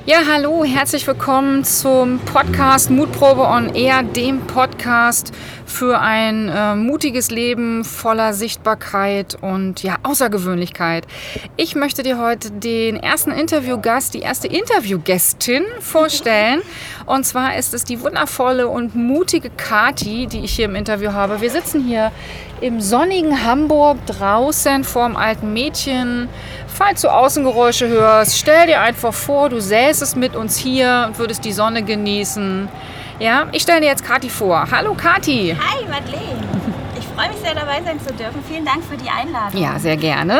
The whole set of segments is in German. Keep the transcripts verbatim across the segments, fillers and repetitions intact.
Ja, hallo, herzlich willkommen zum Podcast Mutprobe on Air, dem Podcast für ein äh, mutiges Leben voller Sichtbarkeit und ja, Außergewöhnlichkeit. Ich möchte dir heute den ersten Interviewgast, die erste Interviewgästin vorstellen. Und zwar ist es die wundervolle und mutige Kathi, die ich hier im Interview habe. Wir sitzen hier im sonnigen Hamburg draußen vorm alten Mädchen. Falls du Außengeräusche hörst, stell dir einfach vor, du säßest mit uns hier und würdest die Sonne genießen. Ja, ich stelle dir jetzt Kathi vor. Hallo Kathi. Hi Madeleine. Ich freue mich sehr, dabei sein zu dürfen. Vielen Dank für die Einladung. Ja, sehr gerne.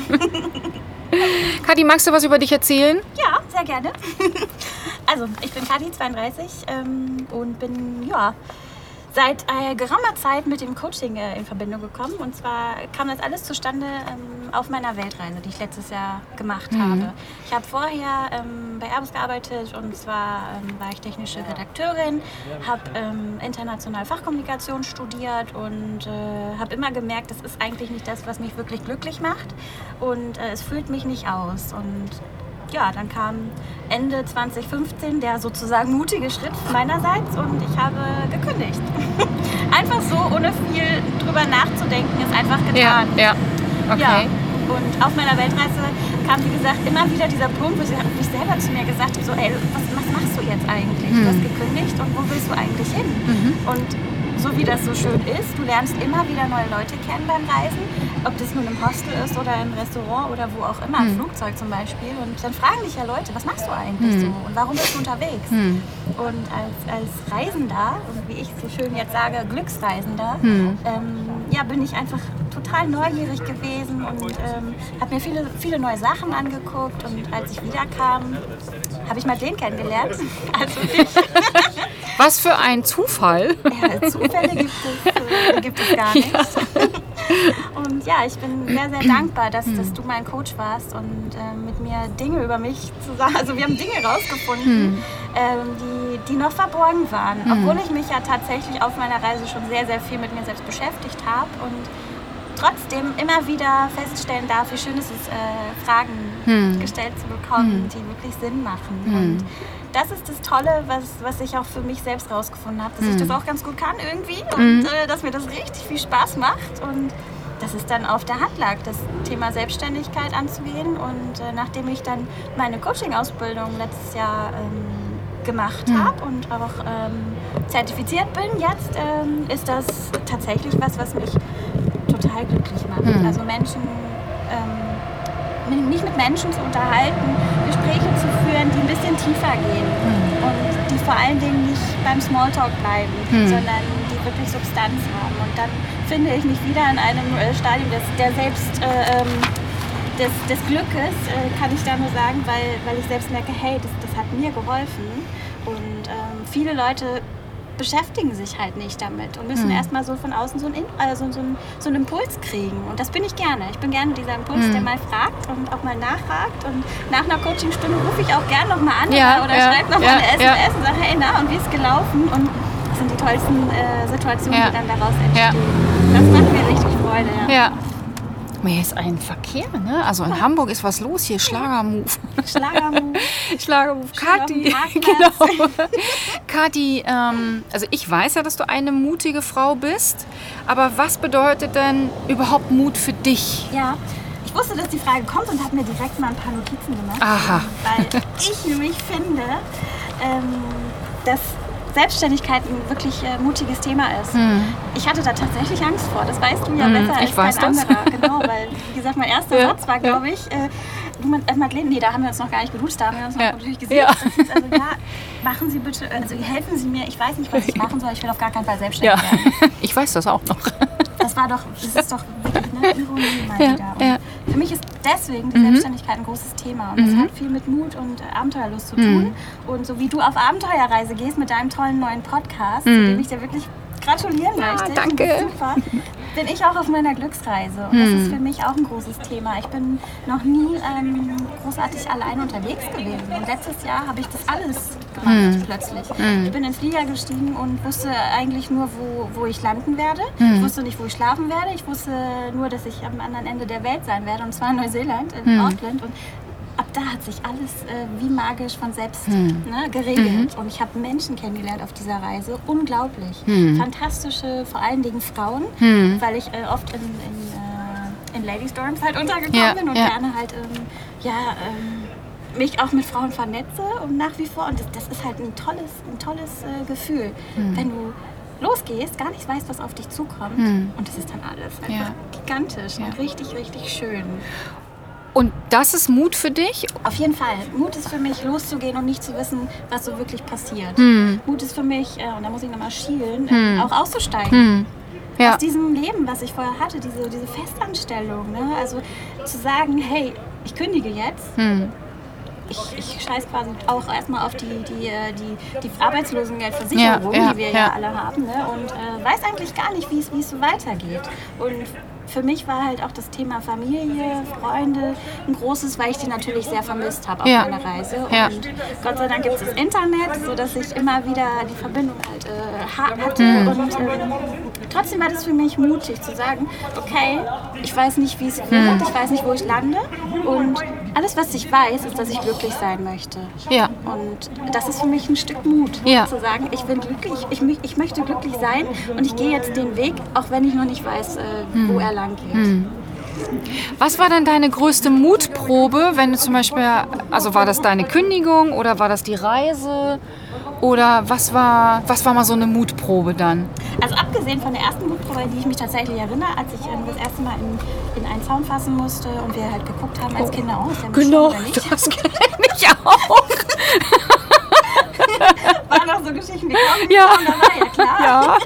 Kathi, magst du was über dich erzählen? Ja, sehr gerne. Also, ich bin Kathi, zweiunddreißig ähm, und bin, ja, seit äh, geraumer Zeit mit dem Coaching äh, in Verbindung gekommen. Und zwar kam das alles zustande ähm, auf meiner Weltreise, die ich letztes Jahr gemacht mhm. habe. Ich habe vorher ähm, bei Airbus gearbeitet und zwar ähm, war ich technische Redakteurin, habe ähm, international Fachkommunikation studiert und äh, habe immer gemerkt, das ist eigentlich nicht das, was mich wirklich glücklich macht und äh, es füllt mich nicht aus. Und ja, dann kam Ende zwanzig fünfzehn der sozusagen mutige Schritt meinerseits und ich habe gekündigt. Einfach so, ohne viel drüber nachzudenken, ist einfach getan. Ja, ja. Okay. Ja. Und auf meiner Weltreise kam, wie gesagt, immer wieder dieser Punkt, wo ich selber zu mir gesagt habe, so, ey, was, was machst du jetzt eigentlich? Mhm. Du hast gekündigt und wo willst du eigentlich hin? Mhm. Und so wie das so schön ist, du lernst immer wieder neue Leute kennen beim Reisen, ob das nun im Hostel ist oder im Restaurant oder wo auch immer, im mhm. Flugzeug zum Beispiel. Und dann fragen dich ja Leute, was machst du eigentlich mhm. so und warum bist du unterwegs? Mhm. Und als, als Reisender, und wie ich so schön jetzt sage, Glücksreisender, mhm. ähm, ja, bin ich einfach total neugierig gewesen und ähm, habe mir viele, viele neue Sachen angeguckt. Und als ich wiederkam, habe ich Madeleine kennengelernt, also dich. Was für ein Zufall. Ja, Zufälle gibt es, äh, gibt es gar nicht. Ja. Und ja, ich bin sehr, sehr dankbar, dass, dass du mein Coach warst und äh, mit mir Dinge über mich zu sagen. Also wir haben Dinge rausgefunden, ähm, die, die noch verborgen waren. Obwohl ich mich ja tatsächlich auf meiner Reise schon sehr, sehr viel mit mir selbst beschäftigt habe und trotzdem immer wieder feststellen darf, wie schön es ist, äh, Fragen hm. gestellt zu bekommen, hm. die wirklich Sinn machen. Hm. Und das ist das Tolle, was, was ich auch für mich selbst rausgefunden habe, dass hm. ich das auch ganz gut kann irgendwie und hm. äh, dass mir das richtig viel Spaß macht und dass es dann auf der Hand lag, das Thema Selbstständigkeit anzugehen. Und äh, nachdem ich dann meine Coaching-Ausbildung letztes Jahr ähm, gemacht hm. habe und auch ähm, zertifiziert bin jetzt, ähm, ist das tatsächlich was, was mich total glücklich macht. Mhm. Also Menschen, ähm, mich mit Menschen zu unterhalten, Gespräche zu führen, die ein bisschen tiefer gehen mhm. und die vor allen Dingen nicht beim Smalltalk bleiben, mhm. sondern die wirklich Substanz haben. Und dann finde ich mich wieder in einem äh, Stadium des, der Selbst, äh, ähm, des, des Glückes, äh, kann ich da nur sagen, weil, weil ich selbst merke, hey, das, das hat mir geholfen. Und ähm, viele Leute beschäftigen sich halt nicht damit und müssen mhm. erstmal so von außen so einen, also so, einen, so einen Impuls kriegen. Und das bin ich gerne. Ich bin gerne dieser Impuls, mhm. der mal fragt und auch mal nachfragt. Und nach einer Coachingstunde rufe ich auch gerne nochmal an ja, oder ja, schreibe nochmal ja, eine S M S ja. und sage, hey, na, und wie ist gelaufen? Und das sind die tollsten äh, Situationen, ja. die dann daraus entstehen. Ja. Das macht mir richtig Freude. Ja. ja. Hier ist ein Verkehr, ne? Also in ja. Hamburg ist was los hier. Schlagermove. Schlagermove. Schlagermove. Kathi. Genau. Kathi, ähm, also ich weiß ja, dass du eine mutige Frau bist. Aber was bedeutet denn überhaupt Mut für dich? Ja, ich wusste, dass die Frage kommt und habe mir direkt mal ein paar Notizen gemacht. Aha. Weil ich nämlich finde, ähm, dass Selbstständigkeit ein wirklich äh, mutiges Thema ist. Hm. Ich hatte da tatsächlich Angst vor. Das weißt du ja hm, besser als kein das. anderer. Genau, weil, wie gesagt, mein erster ja. Satz war, glaube ich, äh, äh, Madeleine, nee, da haben wir uns noch gar nicht geduzt, da haben wir uns noch ja. natürlich gesehen. Ja. Also ja, machen Sie bitte, also helfen Sie mir, ich weiß nicht, was ich machen soll, ich will auf gar keinen Fall selbstständig ja. werden. Ich weiß das auch noch. Das war doch, das ist doch wirklich eine Ironie mal ja. wieder. Ja. Für mich ist deswegen die mhm. Selbstständigkeit ein großes Thema und das mhm. hat viel mit Mut und Abenteuerlust zu tun. Mhm. Und so wie du auf Abenteuerreise gehst mit deinem tollen neuen Podcast, mhm. zu dem ich dir wirklich gratulieren ja, möchte. Danke. Super. Bin ich auch auf meiner Glücksreise und hm. das ist für mich auch ein großes Thema. Ich bin noch nie ähm, großartig alleine unterwegs gewesen. Und letztes Jahr habe ich das alles gemacht hm. plötzlich. Hm. Ich bin in den Flieger gestiegen und wusste eigentlich nur, wo, wo ich landen werde. Hm. Ich wusste nicht, wo ich schlafen werde. Ich wusste nur, dass ich am anderen Ende der Welt sein werde, und zwar in Neuseeland, in hm. Auckland. Und ab da hat sich alles äh, wie magisch von selbst hm. ne, geregelt. Mhm. Und ich habe Menschen kennengelernt auf dieser Reise. Unglaublich. Hm. Fantastische, vor allen Dingen Frauen, hm. weil ich äh, oft in, in, äh, in Lady Storms halt untergekommen ja, bin und ja. gerne halt ähm, ja, ähm, mich auch mit Frauen vernetze und nach wie vor. Und das, das ist halt ein tolles, ein tolles äh, Gefühl, hm. wenn du losgehst, gar nicht weißt, was auf dich zukommt. Hm. Und das ist dann alles einfach ja. gigantisch ja. und richtig, richtig schön. Und das ist Mut für dich? Auf jeden Fall. Mut ist für mich, loszugehen und nicht zu wissen, was so wirklich passiert. Hm. Mut ist für mich, äh, und da muss ich nochmal schielen, hm. äh, auch auszusteigen. Hm. Ja. Aus diesem Leben, was ich vorher hatte, diese, diese Festanstellung. Ne? Also zu sagen, hey, ich kündige jetzt. Hm. Ich, ich scheiß quasi auch erstmal auf die, die, die, die Arbeitslosengeldversicherung, ja, ja, die wir ja, ja alle haben. Ne? Und äh, weiß eigentlich gar nicht, wie es so weitergeht. Und für mich war halt auch das Thema Familie, Freunde ein großes, weil ich die natürlich sehr vermisst habe auf ja. meiner Reise. Ja. Und Gott sei Dank gibt es das Internet, sodass ich immer wieder die Verbindung halt äh, hatte. Mhm. Und ähm, trotzdem war das für mich mutig zu sagen, okay, ich weiß nicht, wie es wird, mhm. ich weiß nicht, wo ich lande. Und alles, was ich weiß, ist, dass ich glücklich sein möchte. Ja. Und das ist für mich ein Stück Mut, ja. zu sagen, ich bin glücklich, ich, ich möchte glücklich sein und ich gehe jetzt den Weg, auch wenn ich noch nicht weiß, äh, mhm. wo er lang geht. Mhm. Was war dann deine größte Mutprobe, wenn du zum Beispiel, also war das deine Kündigung oder war das die Reise? Oder was war, was war mal so eine Mutprobe dann? Also abgesehen von der ersten Mutprobe, an die ich mich tatsächlich erinnere, als ich ähm, das erste Mal in, in einen Zaun fassen musste und wir halt geguckt haben als Kinder, oh, ist der genau, das kenne ich auch. Waren noch so Geschichten wie komm, ja. komm, dabei, ja klar. Ja.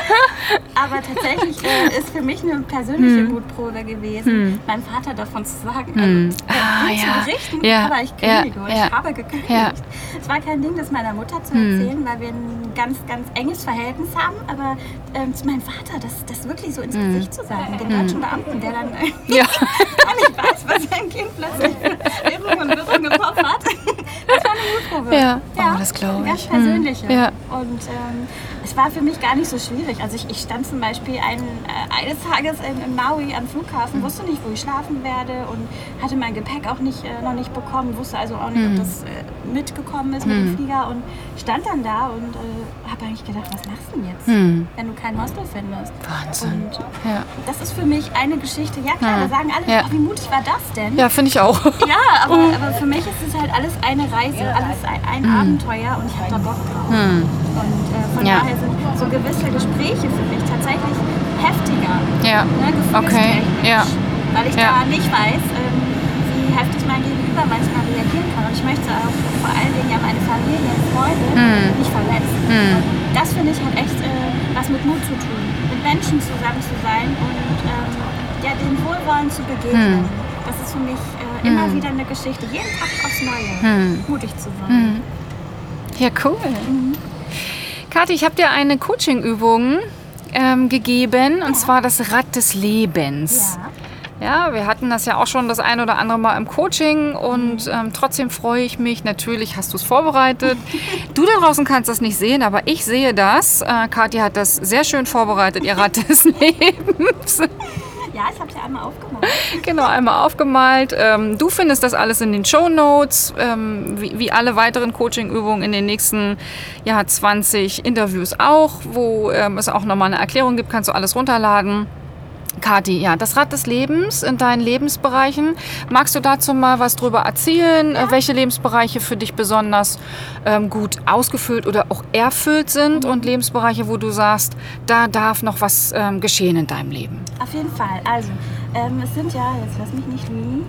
Aber tatsächlich äh, ist für mich eine persönliche hm. Mutprobe gewesen, hm. meinem Vater davon zu sagen, hm. also, ah, äh, ja. zu berichten, ja. aber ich kündige, ja. ich ja. habe gekündigt. Ja. Es war kein Ding, das meiner Mutter zu hm. erzählen, weil wir ein ganz, ganz enges Verhältnis haben, aber ähm, zu meinem Vater, das, das wirklich so ins hm. Gesicht zu sagen, den hm. deutschen Beamten, der dann äh, ja. gar nicht weiß, was sein Kind plötzlich für Irrung und Wirrung im Kopf hat. Das war eine Mutprobe. Ja, ja. Oh, das glaube ich. Ganz persönliche. Hm. Ja. Und ähm, es war für mich gar nicht so schwierig. Also ich, ich stand zum Beispiel ein, äh, eines Tages in, in Maui am Flughafen, mhm. wusste nicht, wo ich schlafen werde und hatte mein Gepäck auch nicht, äh, noch nicht bekommen, wusste also auch nicht, mhm. ob das äh, mitgekommen ist mhm. mit dem Flieger und stand dann da und äh, habe eigentlich gedacht, was machst du denn jetzt, mhm. wenn du kein Hostel findest? Wahnsinn. Und ja. das ist für mich eine Geschichte, ja klar, ja. da sagen alle, ja. ach, wie mutig war das denn? Ja, finde ich auch. Ja, aber, uh. aber für mich ist es halt alles eine Reise, alles ein, ein mhm. Abenteuer und ich habe da Bock drauf. Mhm. Und äh, von ja. daher sind so gewisse Gespräche für mich tatsächlich heftiger. Ja. Ne, okay. Ja. Weil ich ja. da nicht weiß, ähm, wie heftig mein Gegenüber manchmal reagieren kann. Und ich möchte auch vor allen Dingen ja meine Familie und Freunde mm. nicht verletzen. Mm. Das finde ich hat echt äh, was mit Mut zu tun. Mit Menschen zusammen zu sein und ähm, ja, dem Wohlwollen zu begegnen. Mm. Das ist für mich äh, immer mm. wieder eine Geschichte. Jeden Tag aufs Neue. Mm. Mutig zu sein. Mm. Ja, cool. Mhm. Kathi, ich habe dir eine Coaching-Übung ähm, gegeben, ja. und zwar das Rad des Lebens. Ja. ja, wir hatten das ja auch schon das ein oder andere Mal im Coaching und mhm. ähm, trotzdem freue ich mich. Natürlich hast du es vorbereitet. Du da draußen kannst das nicht sehen, aber ich sehe das. Äh, Kathi hat das sehr schön vorbereitet, ihr Rad des Lebens. Ja, ich habe es ja einmal aufgemalt. Genau, einmal aufgemalt. Ähm, du findest das alles in den Shownotes, ähm, wie, wie alle weiteren Coaching-Übungen in den nächsten ja, zwanzig Interviews auch, wo ähm, es auch nochmal eine Erklärung gibt, kannst du alles runterladen. Kathi, ja, das Rad des Lebens in deinen Lebensbereichen. Magst du dazu mal was drüber erzählen, ja. welche Lebensbereiche für dich besonders ähm, gut ausgefüllt oder auch erfüllt sind mhm. und Lebensbereiche, wo du sagst, da darf noch was ähm, geschehen in deinem Leben? Auf jeden Fall. Also, ähm, es sind ja, jetzt lass mich nicht lügen,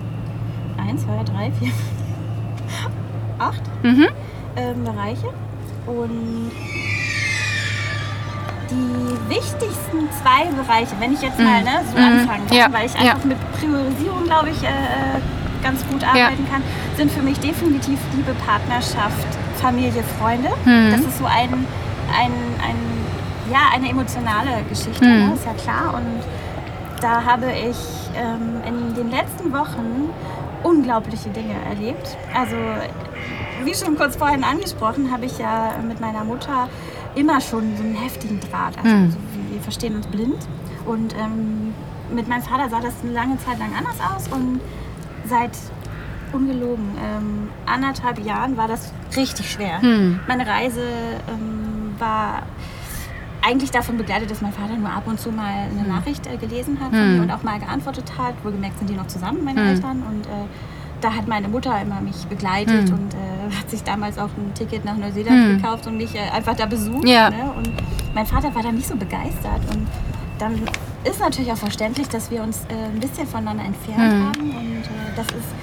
eins, zwei, drei, vier, acht mhm. ähm, Bereiche und die wichtigsten zwei Bereiche, wenn ich jetzt mal ne, so mm. anfangen kann, ja. weil ich einfach ja. mit Priorisierung, glaube ich, äh, ganz gut arbeiten ja. kann, sind für mich definitiv Liebe, Partnerschaft, Familie, Freunde. Mm. Das ist so ein, ein, ein, ja, eine emotionale Geschichte, mm. ne, ist ja klar. Und da habe ich ähm, in den letzten Wochen unglaubliche Dinge erlebt. Also, wie schon kurz vorhin angesprochen, habe ich ja mit meiner Mutter immer schon so einen heftigen Draht. Also mhm. so, wir verstehen uns blind. Und ähm, mit meinem Vater sah das eine lange Zeit lang anders aus. Und seit ungelogen, ähm, anderthalb Jahren war das richtig schwer. Hm. Meine Reise ähm, war eigentlich davon begleitet, dass mein Vater nur ab und zu mal eine Nachricht äh, gelesen hat von hm. mir und auch mal geantwortet hat. Wohlgemerkt sind die noch zusammen, meine hm. Eltern. Und äh, da hat meine Mutter immer mich begleitet hm. und äh, hat sich damals auch ein Ticket nach Neuseeland hm. gekauft und mich äh, einfach da besucht. Ja. Ne? Und mein Vater war da nicht so begeistert. Und dann ist natürlich auch verständlich, dass wir uns äh, ein bisschen voneinander entfernt hm. haben. Und äh, das ist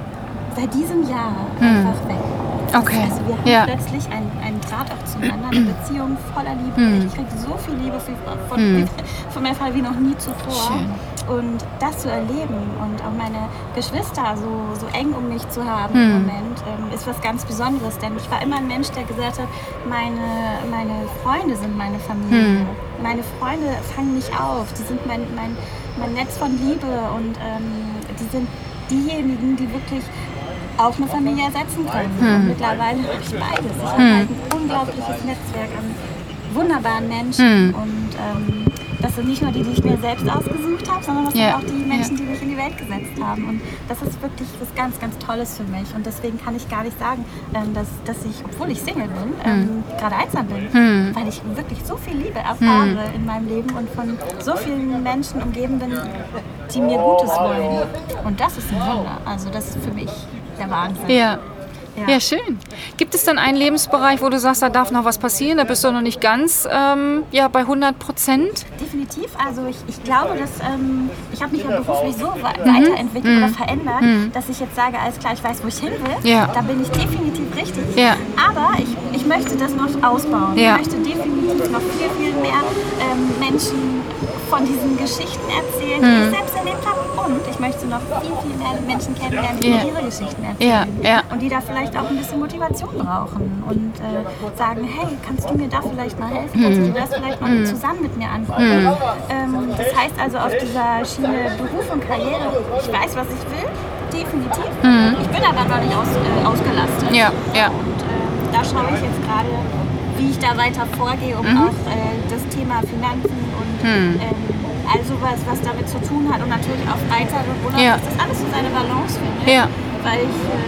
seit diesem Jahr hm. einfach weg. Okay. Also wir haben ja. plötzlich einen, einen Draht auch zueinander, eine Beziehung voller Liebe. Hm. Ich kriege so viel Liebe von, von, Hm. von meinem Vater wie noch nie zuvor. Schön. Und das zu erleben und auch meine Geschwister so, so eng um mich zu haben Hm. im Moment, ähm, ist was ganz Besonderes. Denn ich war immer ein Mensch, der gesagt hat, meine, meine Freunde sind meine Familie. Hm. Meine Freunde fangen mich auf. Die sind mein, mein, mein Netz von Liebe und ähm, die sind diejenigen, die wirklich auch eine Familie ersetzen können. Hm. Und mittlerweile habe ich beides. Ich habe Hm. halt ein unglaubliches Netzwerk an wunderbaren Menschen. Hm. Und ähm, das sind nicht nur die, die ich mir selbst ausgesucht habe, sondern das Ja. sind auch die Menschen, Ja. die mich in die Welt gesetzt haben. Und das ist wirklich was ganz, ganz Tolles für mich. Und deswegen kann ich gar nicht sagen, ähm, dass, dass ich, obwohl ich Single bin, ähm, gerade einsam bin. Hm. Weil ich wirklich so viel Liebe erfahre in meinem Leben und von so vielen Menschen umgeben bin, die mir Gutes wollen. Und das ist ein Wunder. Also das ist für mich der Wahnsinn. Ja. Ja. Ja, schön. Gibt es denn einen Lebensbereich, wo du sagst, da darf noch was passieren? Da bist du noch nicht ganz ähm, ja, bei hundert Prozent? Definitiv. Also ich, ich glaube, dass ähm, ich habe mich ja beruflich so we- weiterentwickelt Mhm. oder verändert, Mhm. dass ich jetzt sage, alles klar, ich weiß, wo ich hin will. Ja. Da bin ich definitiv richtig. Ja. Aber ich, ich möchte das noch ausbauen. Ja. Ich möchte definitiv noch viel, viel mehr ähm, Menschen von diesen Geschichten erzählen, die Mhm. ich selbst erlebt habe. Und ich möchte noch viel, viel mehr Menschen kennenlernen, die Ja. mir ihre Geschichten Ja, erzählen. ja. Und die da vielleicht auch ein bisschen Motivation brauchen und äh, sagen, hey, kannst du mir da vielleicht mal helfen? Kannst du dir das vielleicht mal zusammen mit mir angucken? Ähm, das heißt also auf dieser Schiene Beruf und Karriere, ich weiß, was ich will, definitiv. Ich bin aber noch nicht aus, äh, ausgelastet. Ja, ja. Und äh, da schaue ich jetzt gerade, wie ich da weiter vorgehe, um auch äh, das Thema Finanzen und Mhm. ähm, all sowas, was damit zu tun hat und natürlich auch Freizeit und Urlaub, Ja. dass das alles so seine Balance findet. Ja. Weil ich, äh,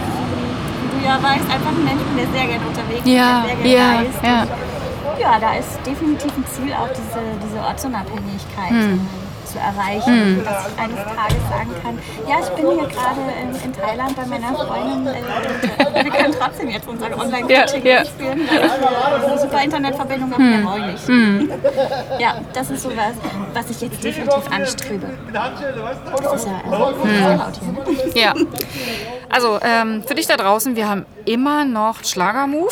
wie du ja weißt, einfach ein Mensch bin, der sehr gerne unterwegs ist, Ja, der sehr gerne ja, reist. ja. Und ja, da ist definitiv ein Ziel, auch diese, diese Ortsunabhängigkeit Hm. äh, zu erreichen, dass ich eines Tages sagen kann, ja, ich bin hier gerade in, in Thailand bei meiner Freundin äh, und äh, wir können trotzdem jetzt unser Online-Coaching Ja, ja. durchführen, weil ich eine super Internetverbindung habe, mehr brauche ich nicht. Ja, das ist sowas, was ich jetzt definitiv anstrebe. Das ist ja äh, sehr laut hier. Ne? Ja. Also ähm, für dich da draußen, wir haben immer noch Schlagermove.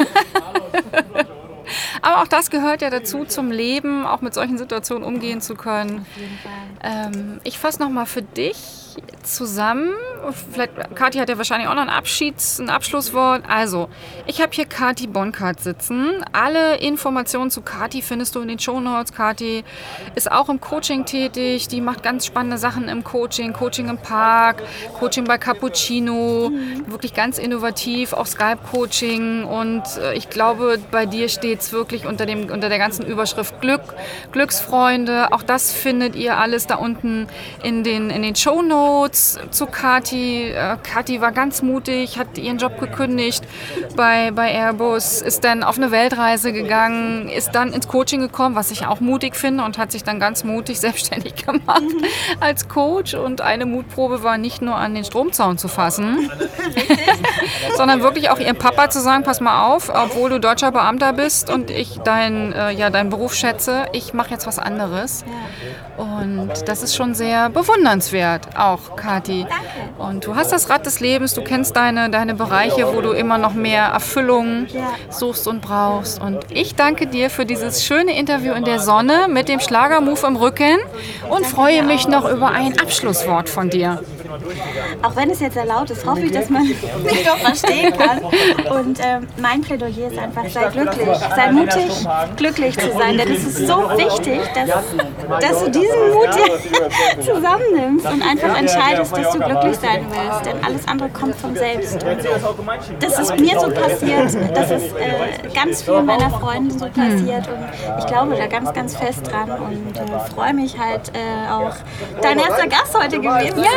Aber auch das gehört ja dazu zum Leben, auch mit solchen Situationen umgehen zu können. Ähm, ich fasse nochmal für dich zusammen. Vielleicht, Kathi hat ja wahrscheinlich auch noch ein Abschieds-, ein Abschlusswort. Also, ich habe hier Kathi Bonkart sitzen. Alle Informationen zu Kathi findest du in den Shownotes. Kathi ist auch im Coaching tätig. Die macht ganz spannende Sachen im Coaching. Coaching im Park, Coaching bei Cappuccino. Wirklich ganz innovativ, auch Skype-Coaching. Und äh, ich glaube, bei dir steht es wirklich unter, dem, unter der ganzen Überschrift Glück, Glücksfreunde. Auch das findet ihr alles da unten in den, in den Shownotes zu Kathi. Äh, Kathi war ganz mutig, hat ihren Job gekündigt bei, bei Airbus, ist dann auf eine Weltreise gegangen, ist dann ins Coaching gekommen, was ich auch mutig finde, und hat sich dann ganz mutig selbstständig gemacht als Coach. Und eine Mutprobe war nicht nur an den Stromzaun zu fassen, sondern wirklich auch ihrem Papa zu sagen, pass mal auf, obwohl du deutscher Beamter bist und ich deinen äh, ja, deinen Beruf schätze, ich mache jetzt was anderes. Und das ist schon sehr bewundernswert, auch Kathi. Danke. Und du hast das Rad des Lebens, du kennst deine, deine Bereiche, wo du immer noch mehr Erfüllung Ja. suchst und brauchst. Und ich danke dir für dieses schöne Interview in der Sonne mit dem Schlagermove im Rücken und freue mich noch über ein Abschlusswort von dir. Auch wenn es jetzt sehr laut ist, hoffe ich, dass man mich noch verstehen kann. Und ähm, mein Plädoyer ist einfach, sei glücklich, sei mutig, glücklich zu sein. Denn es ist so wichtig, dass, dass du diesen Mut dir zusammennimmst und einfach entscheidest, dass du glücklich sein willst. Denn alles andere kommt von selbst. Und das ist mir so passiert, das ist äh, ganz vielen meiner Freunden so passiert. Und ich glaube da ganz, ganz fest dran und äh, freue mich halt äh, auch, dein erster Gast heute gewesen zu sein. Ich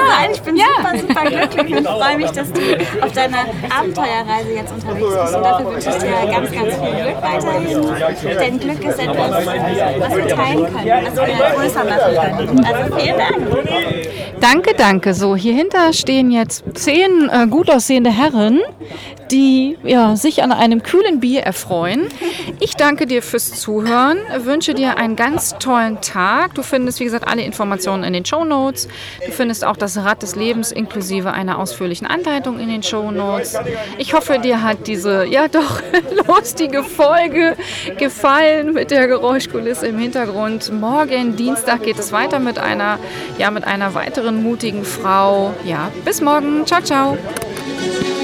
bin Ja. super, super glücklich und freue mich, dass du auf deiner Abenteuerreise jetzt unterwegs bist. Und dafür wünsche ich dir ganz, ganz viel Glück weiterhin. Denn Glück ist etwas, was wir teilen können, was wir größer machen können. Also vielen Dank. Danke, danke. So, hier hinter stehen jetzt zehn äh, gut aussehende Herren, die ja, sich an einem kühlen Bier erfreuen. Ich danke dir fürs Zuhören, wünsche dir einen ganz tollen Tag. Du findest, wie gesagt, alle Informationen in den Shownotes. Du findest auch das Rad des Lebens inklusive einer ausführlichen Anleitung in den Shownotes. Ich hoffe, dir hat diese, ja doch, lustige Folge gefallen mit der Geräuschkulisse im Hintergrund. Morgen, Dienstag, geht es weiter mit einer, ja, mit einer weiteren mutigen Frau. Ja, bis morgen. Ciao, ciao.